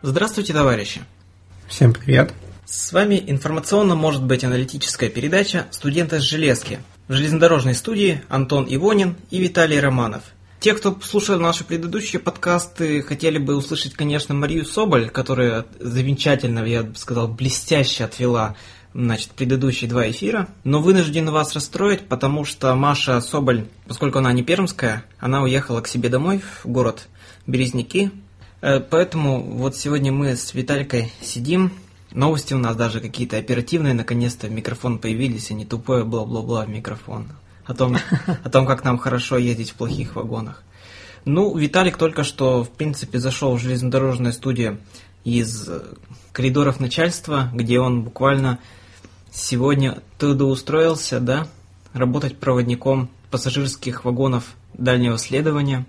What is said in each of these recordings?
Здравствуйте, товарищи! Всем привет! С вами информационно может быть аналитическая передача «Студенты с железки». В железнодорожной студии Антон Ивонин и Виталий Романов. Те, кто слушал наши предыдущие подкасты, хотели бы услышать, конечно, Марию Соболь, которая замечательно, я бы сказал, блестяще отвела предыдущие два эфира. Но вынужден вас расстроить, потому что Маша Соболь, поскольку она не пермская, она уехала к себе домой в город Березники. Поэтому вот сегодня мы с Виталькой сидим. Новости у нас даже какие-то оперативные, наконец-то микрофон появились, а не тупое бла-бла-бла микрофон. О том, как нам хорошо ездить в плохих вагонах. Ну, Виталик только что, в принципе, зашел в железнодорожную студию из коридоров начальства, где он буквально сегодня трудоустроился, да, работать проводником пассажирских вагонов дальнего следования.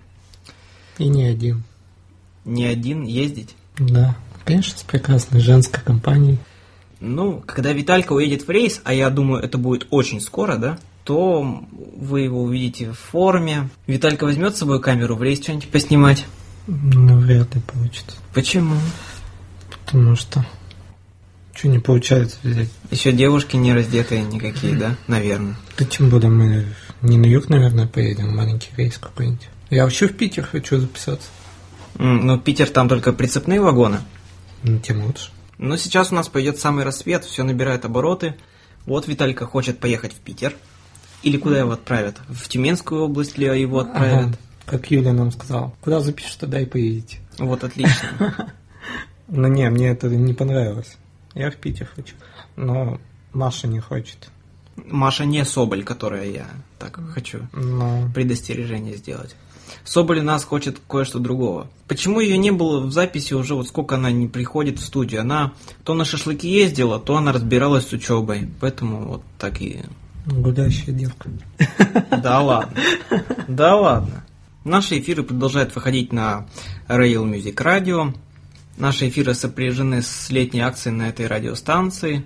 И не один. Не один ездить? Да, конечно, с прекрасной женской компанией. Ну, когда Виталька уедет в рейс, а я думаю, это будет очень скоро, да, то вы его увидите в форме. Виталька возьмет с собой камеру в рейс что-нибудь поснимать? Ну, вряд ли получится. Почему? Потому что не получается взять. Еще девушки не раздетые никакие, да? Наверное. Да тем более мы не на юг, наверное, поедем, маленький рейс какой-нибудь. Я вообще в Питер хочу записаться. Ну, Питер, там только прицепные вагоны. Ну, тем лучше. Но сейчас у нас пойдет самый рассвет, все набирает обороты. Вот Виталька хочет поехать в Питер. Или куда его отправят? В Тюменскую область ли его отправят? Ага, как Юля нам сказала. Куда запишешь, туда и поедете. Вот, отлично. Ну, не, мне это не понравилось. Я в Питер хочу. Но Маша не хочет. Маша не Соболь, которая я так хочу предостережение сделать. Соболь у нас хочет кое-что другого. Почему ее не было в записи уже, вот сколько она не приходит в студию? Она то на шашлыки ездила, то она разбиралась с учебой. Поэтому вот так и... Гулящая девка. Да ладно. Да ладно. Наши эфиры продолжают выходить на Rail Music Radio. Наши эфиры сопряжены с летней акцией на этой радиостанции.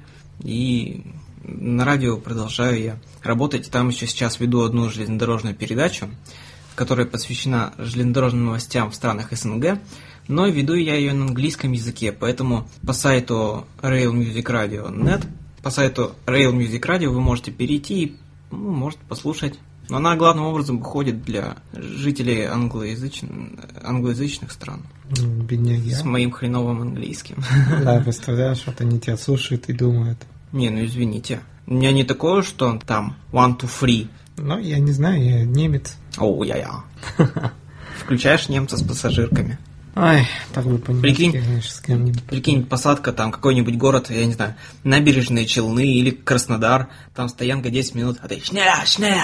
И на радио продолжаю я работать. Там еще сейчас веду одну железнодорожную передачу, которая посвящена железнодорожным новостям в странах СНГ, но веду я ее на английском языке, поэтому по сайту Rail Music Radio.net, по сайту Rail Music Radio вы можете перейти и можете послушать. Но она главным образом выходит для жителей англоязычных стран. Бедняги. С моим хреновым английским. Да, представляешь, вот они тебя слушают и думают. Не, ну извините. У меня не такое, что там 1, 2, 3. Ну, я не знаю, я немец. Оу, я. Включаешь немца с пассажирками. Ай, так бы по-немецки, конечно, с кем-нибудь. Прикинь, посадка там, какой-нибудь город, я не знаю, Набережные Челны или Краснодар, там стоянка 10 минут, а ты шня.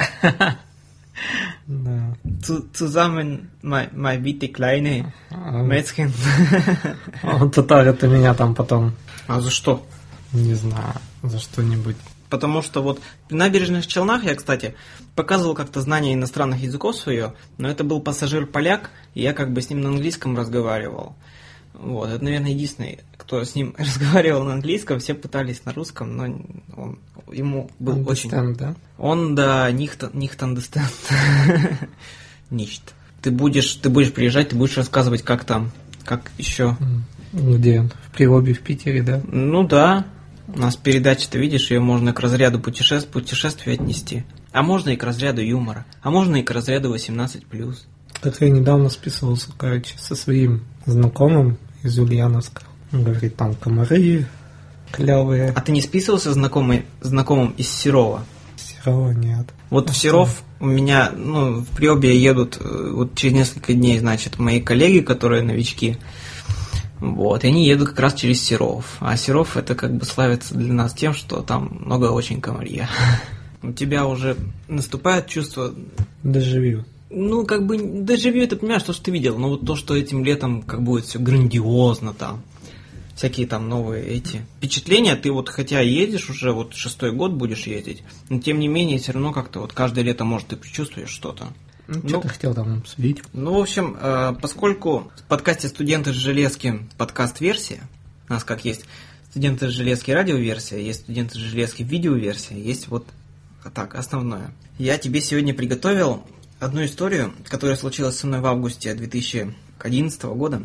Да. Zusammen, my bitte kleine Mädchen. Татар это меня там потом... А за что? Не знаю, за что-нибудь. Потому что вот в Набережных Челнах я, кстати, показывал как-то знание иностранных языков свое, но это был пассажир-поляк, и я как бы с ним на английском разговаривал. Вот, это, наверное, единственный, кто с ним разговаривал на английском, все пытались на русском, но ему был understand, очень... Да? Он, да, nicht understand. Nicht. Ты будешь приезжать, ты будешь рассказывать, как там, как еще... Где он? В Приобе, в Питере, да? Ну да. У нас передача, ты видишь, ее можно к разряду путешествий отнести. А можно и к разряду юмора. А можно и к разряду 18+. Так я недавно списывался, со своим знакомым из Ульяновска. Он говорит, там комары клевые. А ты не списывался знакомым из Серова? Серова нет. Вот в Серов у меня, в Приобе едут вот через несколько дней, мои коллеги, которые новички. Вот, и они едут как раз через Серов. А Серов это как бы славится для нас тем, что там много очень комарья. У тебя уже наступает чувство... Дежавю. Ну, как бы дежавю, ты понимаешь, то, что ты видел. Но вот то, что этим летом как будет все грандиозно там. Всякие там новые эти впечатления. Ты вот хотя едешь уже, вот 6-й год будешь ездить, но тем не менее все равно как-то вот каждое лето, может, ты предчувствуешь что-то. Что ты хотел там обсудить? Ну, в общем, поскольку в подкасте «Студенты с железки» подкаст-версия, у нас как есть «Студенты с железки» радиоверсия, есть «Студенты с железки» видеоверсия, есть вот так, основное. Я тебе сегодня приготовил одну историю, которая случилась со мной в августе 2011 года.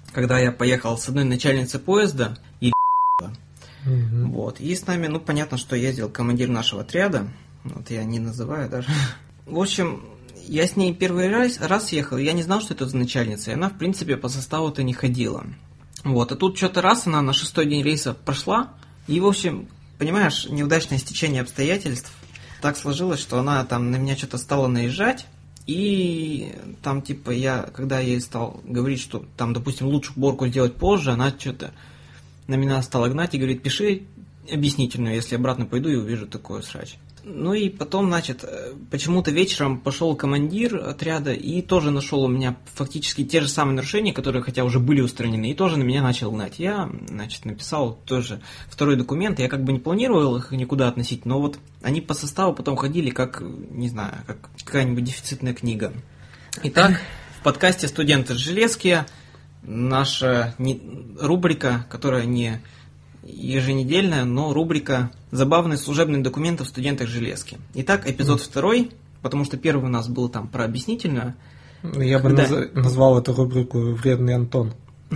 когда я поехал с одной начальницей поезда, и Мгм. вот, и с нами, ну, понятно, что ездил командир нашего отряда, вот я не называю даже. В общем, я с ней первый раз ехал, я не знал, что это за начальница, и она, в принципе, по составу-то не ходила. Вот, а тут что-то раз она на 6-й день рейса прошла, и, в общем, понимаешь, неудачное стечение обстоятельств так сложилось, что она там на меня что-то стала наезжать, и там, типа, когда я ей стал говорить, что там, допустим, лучше уборку сделать позже, она что-то на меня стала гнать и говорит: пиши объяснительную, если обратно пойду и увижу такой срач. Ну и потом, значит, почему-то вечером пошел командир отряда и тоже нашел у меня фактически те же самые нарушения, которые хотя уже были устранены, и тоже на меня начал гнать. Я, значит, написал тоже второй документ, я как бы не планировал их никуда относить, но вот они по составу потом ходили как, не знаю, как какая-нибудь дефицитная книга. Итак, в подкасте «Студенты Железки» наша рубрика, которая не еженедельная, но рубрика «Забавные служебные документы в студентах Железки». Итак, эпизод 2, потому что первый у нас был там про объяснительную. Я бы назвал эту рубрику «Вредный Антон».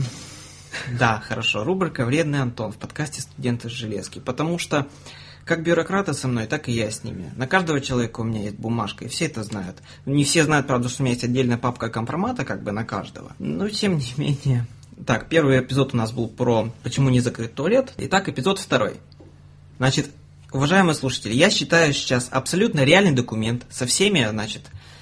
Да, хорошо, рубрика «Вредный Антон» в подкасте «Студенты Железки», потому что как бюрократы со мной, так и я с ними. На каждого человека у меня есть бумажка, и все это знают. Не все знают, правда, что у меня есть отдельная папка компромата, как бы на каждого. Но тем не менее. Так, первый эпизод у нас был про «Почему не закрыт туалет». Итак, эпизод 2. Значит, уважаемые слушатели, я считаю сейчас абсолютно реальный документ со всеми, значит,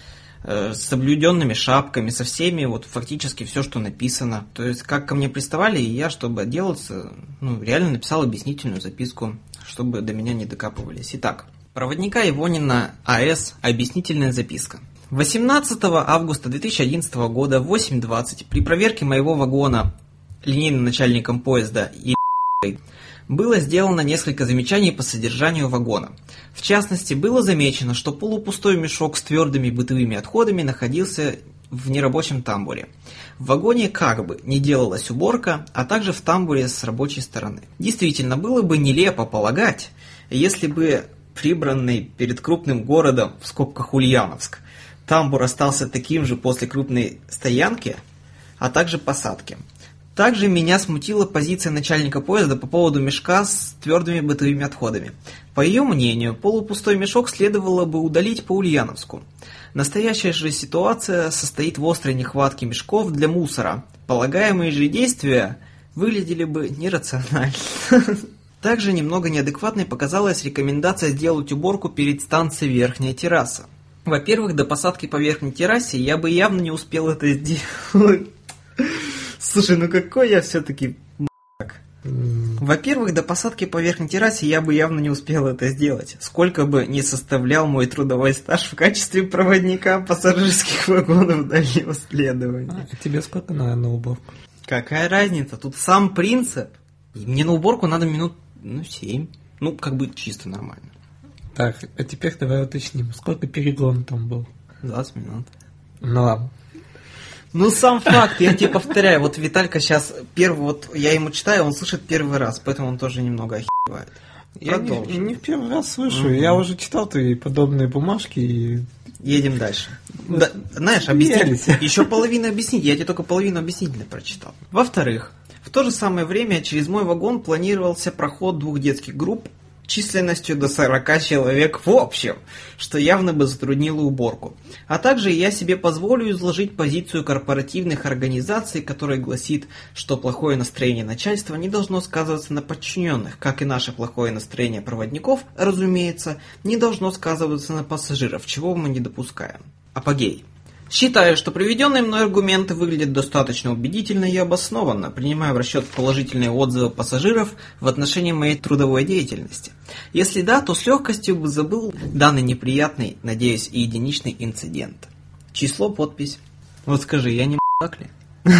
соблюденными шапками, со всеми, вот фактически все, что написано. То есть, как ко мне приставали, и я, чтобы отделаться, реально написал объяснительную записку, чтобы до меня не докапывались. Итак, проводника Ивонина А.С. Объяснительная записка. 18 августа 2011 года в 8:20 при проверке моего вагона линейным начальником поезда было сделано несколько замечаний по содержанию вагона. В частности, было замечено, что полупустой мешок с твердыми бытовыми отходами находился в нерабочем тамбуре. В вагоне как бы не делалась уборка, а также в тамбуре с рабочей стороны. Действительно, было бы нелепо полагать, если бы прибранный перед крупным городом, в скобках Ульяновск, тамбур остался таким же после крупной стоянки, а также посадки. Также меня смутила позиция начальника поезда по поводу мешка с твердыми бытовыми отходами. По ее мнению, полупустой мешок следовало бы удалить по Ульяновску. Настоящая же ситуация состоит в острой нехватке мешков для мусора. Полагаемые же действия выглядели бы нерационально. Также немного неадекватной показалась рекомендация сделать уборку перед станцией Верхняя терраса. Во-первых, до посадки по верхней террасе я бы явно не успел это сделать. Слушай, какой я все-таки б***ак. Во-первых, до посадки по верхней террасе я бы явно не успел это сделать. Сколько бы ни составлял мой трудовой стаж в качестве проводника пассажирских вагонов дальнего следования. А тебе сколько надо на уборку? Какая разница? Тут сам принцип. Мне на уборку надо минут 7. Как бы чисто нормально. Так, а теперь давай уточним, сколько перегон там был? 20 минут. Ну ладно. Сам факт, я тебе повторяю, вот Виталька сейчас первый, я ему читаю, он слышит первый раз, поэтому он тоже немного охеревает. Я не в первый раз слышу, я уже читал твои подобные бумажки и... Едем дальше. Да, знаешь, объяснить, еще половину объяснить, я тебе только половину объяснительно прочитал. Во-вторых, в то же самое время через мой вагон планировался проход 2 детских групп численностью до 40 человек в общем, что явно бы затруднило уборку. А также я себе позволю изложить позицию корпоративных организаций, которая гласит, что плохое настроение начальства не должно сказываться на подчиненных, как и наше плохое настроение проводников, разумеется, не должно сказываться на пассажиров, чего мы не допускаем. Апогей. Считаю, что приведенные мной аргументы выглядят достаточно убедительно и обоснованно, принимая в расчет положительные отзывы пассажиров в отношении моей трудовой деятельности. Если да, то с легкостью бы забыл данный неприятный, надеюсь, и единичный инцидент. Число, подпись. Вот скажи, я не так ли?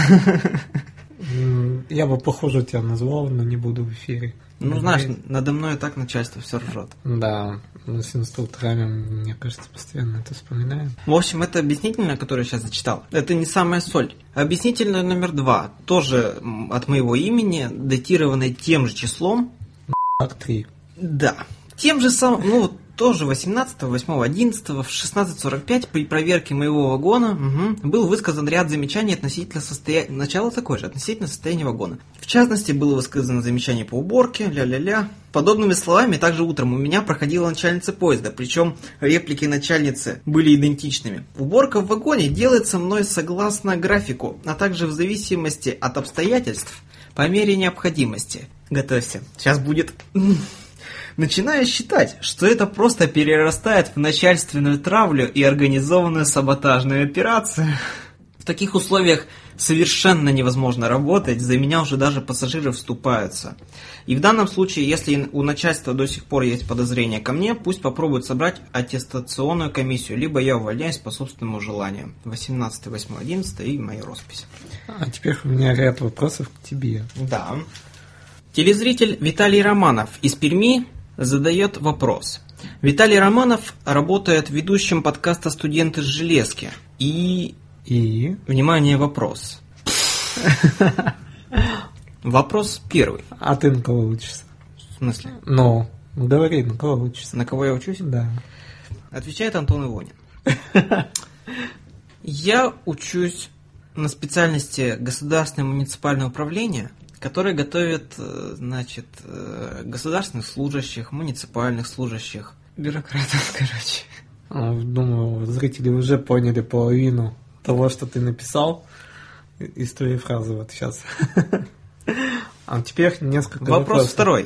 Я бы похоже тебя назвал, но не буду в эфире. Знаешь, надо мной и так начальство все ржет. Да, мы с инструкторами, мне кажется, постоянно это вспоминаем. В общем, это объяснительное, которое я сейчас зачитал, это не самая соль. Объяснительное номер 2, тоже от моего имени, датированное тем же числом. 3. Да, тем же самым, тоже 18, 8, 11 в 16:45 при проверке моего вагона был высказан ряд замечаний относительно состояния вагона. В частности, было высказано замечание по уборке, ля-ля-ля. Подобными словами также утром у меня проходила начальница поезда, причем реплики начальницы были идентичными. Уборка в вагоне делается мной согласно графику, а также в зависимости от обстоятельств по мере необходимости. Готовься, сейчас будет... Начинаю считать, что это просто перерастает в начальственную травлю и организованную саботажную операцию. В таких условиях совершенно невозможно работать, за меня уже даже пассажиры вступаются. И в данном случае, если у начальства до сих пор есть подозрения ко мне, пусть попробуют собрать аттестационную комиссию, либо я увольняюсь по собственному желанию. 18, 8, 11 и моя роспись. А теперь у меня ряд вопросов к тебе. Да. Телезритель Виталий Романов из Перми задает вопрос. Виталий Романов работает ведущим подкаста «Студенты с железки». И... Внимание, вопрос. Вопрос первый. А ты на кого учишься? В смысле? Ну, говори, на кого учишься? На кого я учусь? Да. Отвечает Антон Ивонин. Я учусь на специальности государственное муниципальное управление, которое готовит, значит, государственных служащих, муниципальных служащих, бюрократов, короче. Думаю, зрители уже поняли половину того, что ты написал из твоей фразы вот сейчас. А теперь несколько вопросов. Вопрос второй.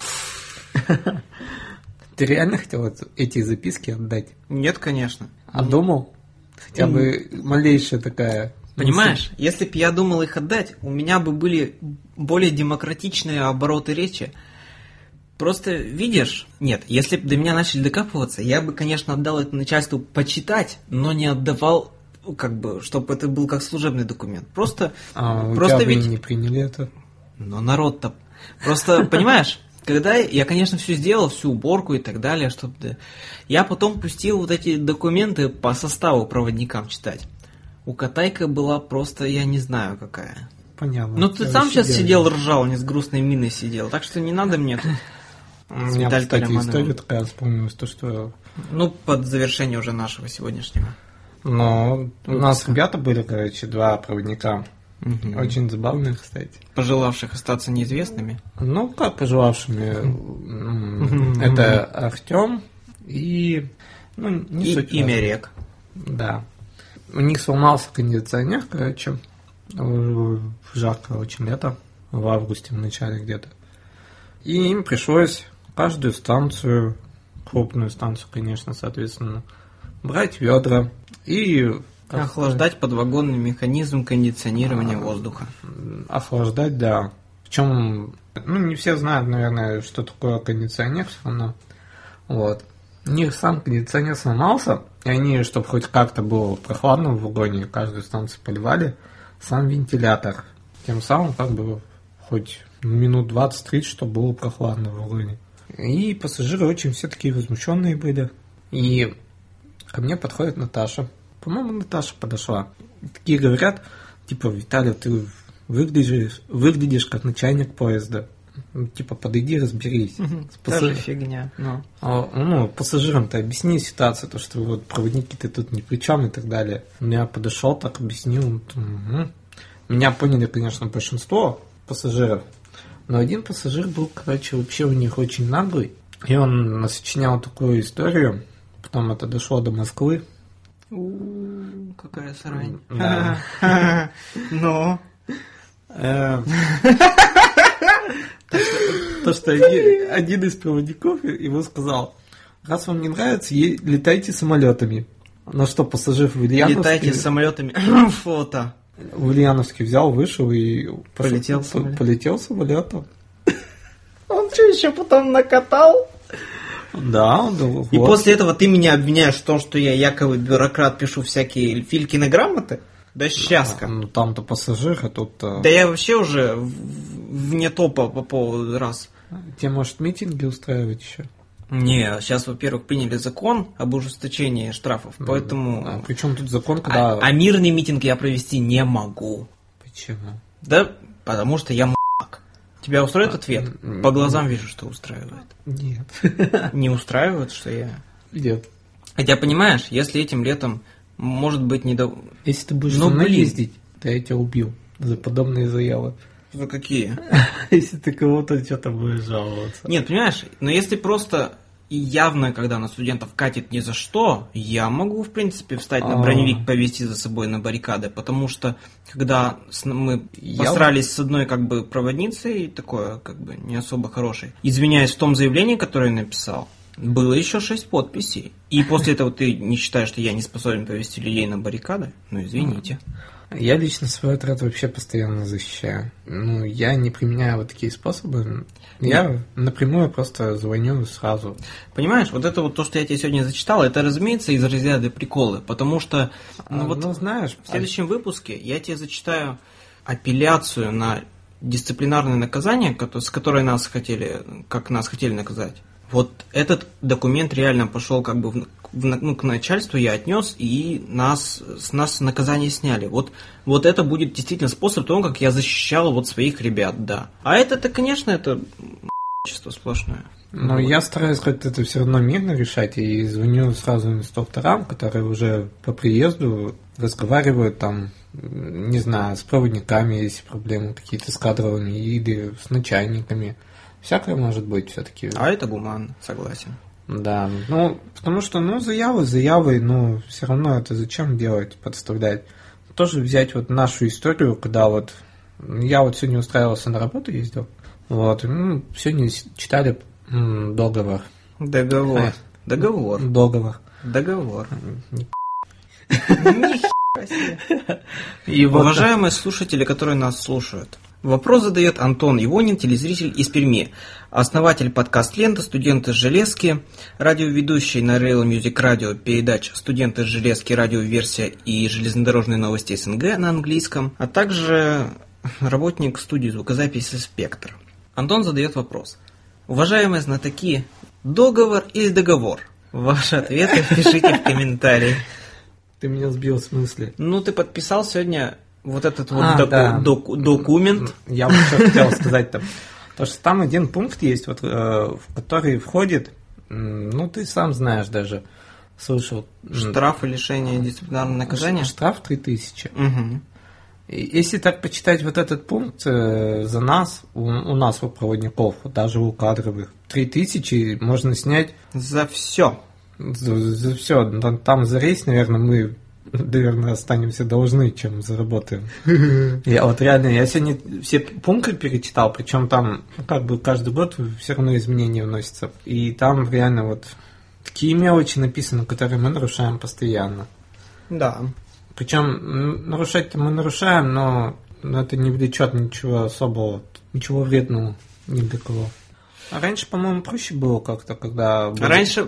Ты реально хотел эти записки отдать? Нет, конечно. А думал? Хотя бы малейшая такая... Понимаешь, если бы я думал их отдать, у меня бы были более демократичные обороты речи. Просто видишь, нет, если бы до меня начали докапываться, я бы, конечно, отдал это начальству почитать, но не отдавал, как бы, чтобы это был как служебный документ. Просто ведь не приняли это. Но народ-то... Просто, понимаешь, когда я, конечно, все сделал, всю уборку и так далее, чтобы... Я потом пустил вот эти документы по составу проводникам читать. У Катайка была просто, я не знаю, какая. Понятно. Ну, ты сам сейчас сидел, ржал, не с грустной миной сидел, так что не надо мне тут... У меня, кстати, история такая вспомнилась, то что... Ну, под завершение уже нашего сегодняшнего. Но у нас ребята были, короче, два проводника. Угу. Очень забавные, кстати. Пожелавших остаться неизвестными? Ну, как пожелавшими? Это Артем и... Ну, не суть. Имя рек. Да. У них сломался кондиционер, короче, в жаркое очень лето, в августе, в начале где-то. И им пришлось каждую станцию, крупную станцию, конечно, соответственно, брать ведра и... Охлаждать подвагонный механизм кондиционирования воздуха. Охлаждать, да. Причем, ну, не все знают, наверное, что такое кондиционер все равно. Вот. У них сам кондиционер сломался, и они, чтобы хоть как-то было прохладно в вагоне, каждую станцию поливали сам вентилятор. Тем самым, как бы, хоть минут 20-30, чтобы было прохладно в вагоне. И пассажиры очень все такие возмущенные были. И ко мне подходит Наташа. По-моему, Наташа подошла. И такие говорят, типа, Виталий, ты выглядишь как начальник поезда. Ну, типа, подойди, разберись. Тоже фигня. Ну, пассажирам-то объясни ситуацию, то, что вот проводники-то тут ни при чем и так далее. Я подошел, так объяснил. Меня поняли, конечно, большинство пассажиров. Но один пассажир был, короче, вообще у них очень наглый. И он сочинял такую историю. Потом это дошло до Москвы. Какая срань. Да. Ну. То, что один из проводников ему сказал: раз вам не нравится, летайте самолетами. На что пассажир в Ульяновске... Летайте самолетами. Фото. В Ульяновске взял, вышел и... Полетел самолетом. Он что, еще потом накатал? Да, он был. И после этого ты меня обвиняешь в том, что я якобы бюрократ, пишу всякие Филькины грамоты? Да счастька. Ну там-то пассажир, а тут... Да я вообще уже вне топа по поводу раз. Тебе, может, митинги устраивать еще? Не, сейчас, во-первых, приняли закон об ужесточении штрафов, поэтому... А при чем тут закон, когда... А мирный митинг я провести не могу. Почему? Да, потому что я м***к. Тебя устраивает ответ? По глазам вижу, что устраивает. Нет. Не устраивает, что я... Нет. Хотя, понимаешь, если этим летом, может быть, Если ты будешь со мной ездить, то я тебя убью за подобные заявы. За какие? Если ты кого-то что-то будешь жаловаться. Нет, понимаешь, но если просто и явно, когда на студентов катит ни за что, я могу, в принципе, встать на броневик, повести за собой на баррикады, потому что, когда мы посрались с одной, как бы, проводницей, такое, как бы, не особо хорошей, извиняюсь, в том заявлении, которое я написал, было еще 6 подписей. И после этого ты не считаешь, что я не способен повести людей на баррикады? Ну, извините. Я лично свой отряд вообще постоянно защищаю. Ну, я не применяю вот такие способы. Я напрямую просто звоню сразу. Понимаешь, вот это вот то, что я тебе сегодня зачитал, это, разумеется, из разряда приколы, потому что, знаешь, в следующем выпуске я тебе зачитаю апелляцию на дисциплинарное наказание, с которой нас хотели наказать. Вот этот документ реально пошел как бы к начальству, я отнес, и с нас наказание сняли. Вот это будет действительно способ того, как я защищал вот своих ребят, да. А это конечно, это чувство сплошное. Но я стараюсь как-то это все равно мирно решать, и звоню сразу инструкторам, которые уже по приезду разговаривают там, не знаю, с проводниками, если проблемы какие-то с кадровыми, или с начальниками. Всякое может быть все-таки. А это гуманно, согласен. Да, потому что, заявы, все равно это зачем делать, подставлять. Тоже взять вот нашу историю, когда вот я вот сегодня устраивался на работу, ездил, сегодня читали договор. Договор. И уважаемые слушатели, которые нас слушают, вопрос задает Антон Ивонин, телезритель из Перми, основатель подкаст-ленты «Студенты из Железки», радиоведущий на Rail Music Radio передач «Студенты из Железки», радиоверсия и железнодорожные новости СНГ на английском, а также работник студии звукозаписи «Спектр». Антон задает вопрос. Уважаемые знатоки, договор или договор? Ваши ответы пишите в комментарии. Ты меня сбил в смысле? Ты подписал сегодня вот этот документ. Я вот что хотел сказать там. Потому что там один пункт есть, в который входит, ты сам знаешь даже, слышал. Штраф и лишение дисциплинарного наказания? Штраф 3000. Угу. Если так почитать вот этот пункт, за нас, у нас, у проводников, даже у кадровых, 3000 можно снять... За все. За все. Там за рейс, наверное, останемся должны, чем заработаем. Я сегодня все пункты перечитал, причем там как бы каждый год все равно изменения вносятся. И там реально вот такие мелочи написаны, которые мы нарушаем постоянно. Да. Причем нарушать-то мы нарушаем, но это не влечет ничего особого, ничего вредного ни для кого. А раньше, по-моему, проще было как-то, когда... Раньше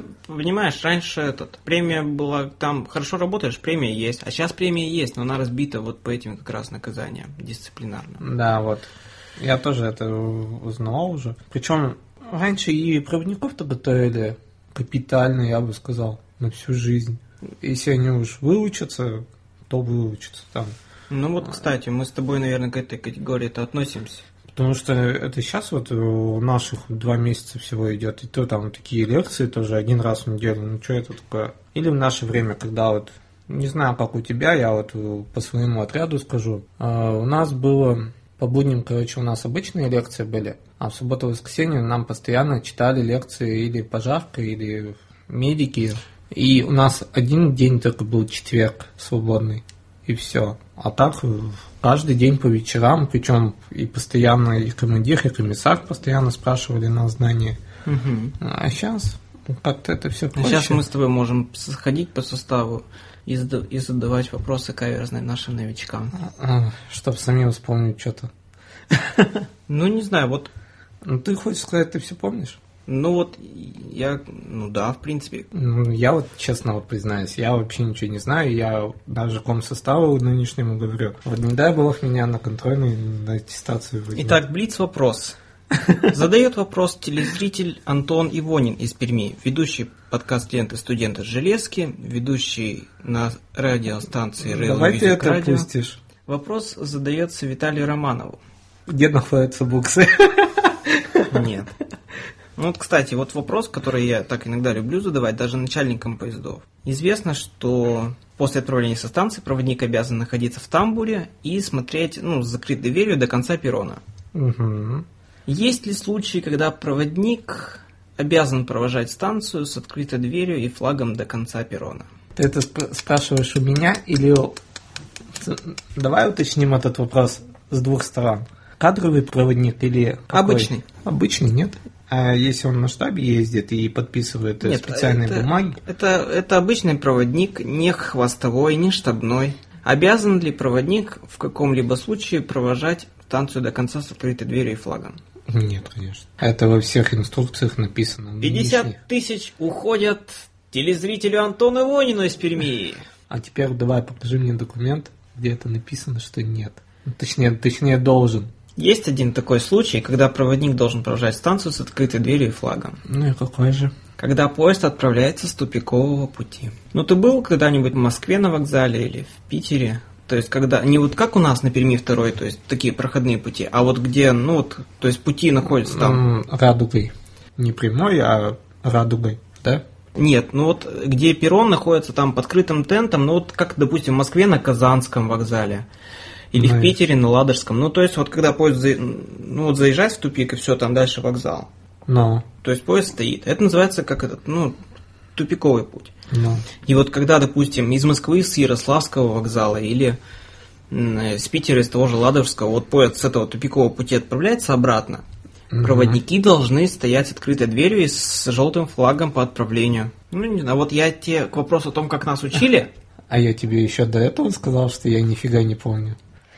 премия была, там хорошо работаешь, премия есть. А сейчас премия есть, но она разбита вот по этим как раз наказаниям дисциплинарным. Да, вот. Я тоже это узнавал уже. Причем раньше и проводников-то готовили капитально, я бы сказал, на всю жизнь. Если они уж выучатся, то выучатся там. Кстати, мы с тобой, наверное, к этой категории-то относимся. Потому что это сейчас вот у наших 2 месяца всего идет, и то там такие лекции тоже один раз в неделю, что это такое? Или в наше время, когда вот, не знаю, как у тебя, я вот по своему отряду скажу, у нас было, по будням, у нас обычные лекции были, а в субботу-воскресенье нам постоянно читали лекции или пожарка, или медики, и у нас один день только был четверг свободный. И все. А так каждый день по вечерам, причем и постоянно и командир, и комиссар постоянно спрашивали нас знания. Угу. А сейчас как-то это все проще. Сейчас мы с тобой можем сходить по составу и задавать вопросы каверзные нашим новичкам. Чтобы самим вспомнить что-то. Не знаю, вот... ты хочешь сказать, ты все помнишь? Да, в принципе. Я вот честно признаюсь, я вообще ничего не знаю, я даже комсоставу нынешнему говорю. Вот не дай бог меня на контрольную, на аттестацию возьмут. Итак, блиц-вопрос. Задает вопрос телезритель Антон Ивонин из Перми, ведущий подкаст-ленты «Студенты из Железки», ведущий на радиостанции Rail Music Radio. Давай ты это опустишь. Вопрос задается Виталию Романову. Где находятся буксы? Нет. Ну вот, кстати, вот вопрос, который я так иногда люблю задавать, даже начальникам поездов. Известно, что после отправления со станции проводник обязан находиться в тамбуре и смотреть, с закрытой дверью до конца перрона. Угу. Есть ли случаи, когда проводник обязан провожать станцию с открытой дверью и флагом до конца перрона? Ты это спрашиваешь у меня или... Давай уточним этот вопрос с двух сторон. Кадровый проводник или какой? Обычный. Обычный, нет? А если он на штабе ездит и подписывает специальные бумаги? Это обычный проводник, не хвостовой, не штабной. Обязан ли проводник в каком-либо случае провожать станцию до конца с открытой дверью и флагом? Нет, конечно. Это во всех инструкциях написано. 50 тысяч уходят телезрителю Антону Ивонину из Перми. А теперь давай покажи мне документ, где это написано, что нет. Точнее должен. Есть один такой случай, когда проводник должен провожать станцию с открытой дверью и флагом. Ну и какой же? Когда поезд отправляется с тупикового пути. Ты был когда-нибудь в Москве на вокзале или в Питере? То есть, когда не вот как у нас на Перми 2, то есть такие проходные пути, а вот где, то есть пути находятся там. Радугой. Не прямой, а радугой, да? Нет, где перрон находится там под крытым тентом, как, допустим, в Москве на Казанском вокзале. Или в Питере на Ладожском. То есть, когда поезд заезжает в тупик, и все, там дальше вокзал. То есть, поезд стоит. Это называется тупиковый путь. No. И вот когда, допустим, из Москвы с Ярославского вокзала или с Питера из того же Ладожского, поезд с этого тупикового пути отправляется обратно, проводники должны стоять с открытой дверью и с желтым флагом по отправлению. Не знаю, вот я тебе к вопросу о том, как нас учили... А я тебе еще до этого сказал, что я нифига не помню.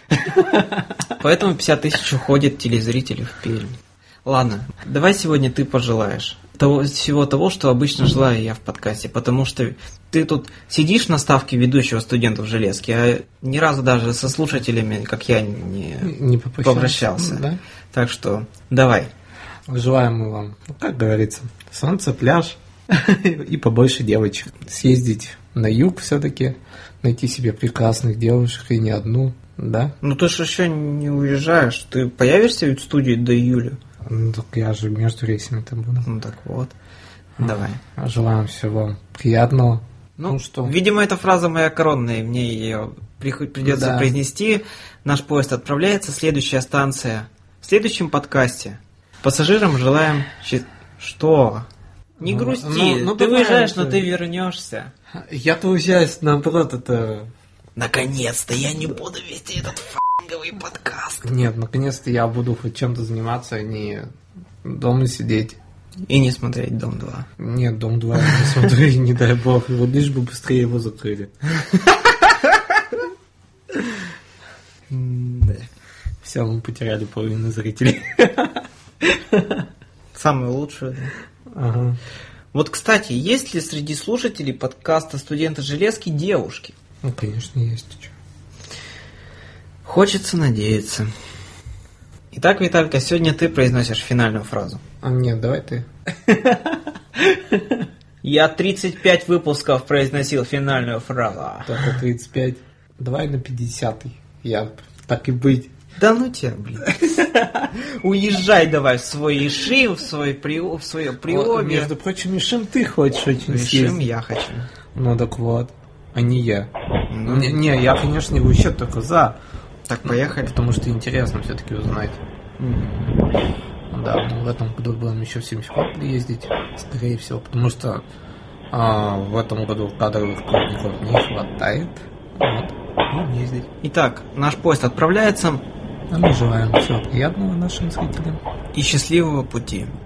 Поэтому 50 тысяч уходит телезрителей в Пермь. Ладно, давай сегодня ты пожелаешь. Всего того, что обычно желаю я в подкасте. Потому что ты тут сидишь на ставке ведущего студента в Железке, а ни разу даже со слушателями, как я, не попрощался. Да? Так что давай. Желаем мы вам, как говорится, солнце, пляж и побольше девочек. Съездить на юг все-таки, найти себе прекрасных девушек и не одну, да? Ты же еще не уезжаешь. Ты появишься в студии до июля? Так я же между рейсами там буду. Так вот. Давай. Желаем всего приятного. Что? Видимо, эта фраза моя коронная, и мне ее придется произнести. Наш поезд отправляется, следующая станция. В следующем подкасте пассажирам желаем... Что? Не грусти. Ты уезжаешь, но ты вернешься. Я-то уезжаюсь, наоборот, это... Наконец-то я не буду вести этот фанговый подкаст. Нет, наконец-то я буду хоть чем-то заниматься, а не дома сидеть. И не смотреть «Дом 2». Нет, «Дом 2» я не смотрю, не дай бог. Лишь бы быстрее его закрыли. Все, мы потеряли половину зрителей. Самую лучшую. Ага. Вот, кстати, есть ли среди слушателей подкаста «Студенты Железки» девушки? Конечно, есть. Хочется надеяться. Итак, Виталька, сегодня ты произносишь финальную фразу. Нет, давай ты. Я 35 выпусков произносил финальную фразу. Только 35. Давай на 50-й. Я так и быть. Да ну тебя, блин. Уезжай давай в свой Ишим, в свое Приобье. Между прочим, Ишим ты хочешь очень Ишим я хочу. Так вот, а не я. Не, я, конечно, вообще только за. Так, поехали. Потому что интересно все-таки узнать. Да, в этом году будем еще в Симферополь ездить, скорее всего, потому что в этом году кадровых проводников не хватает. Вот, будем ездить. Итак, наш поезд отправляется. А мы желаем всего приятного нашим зрителям. И счастливого пути.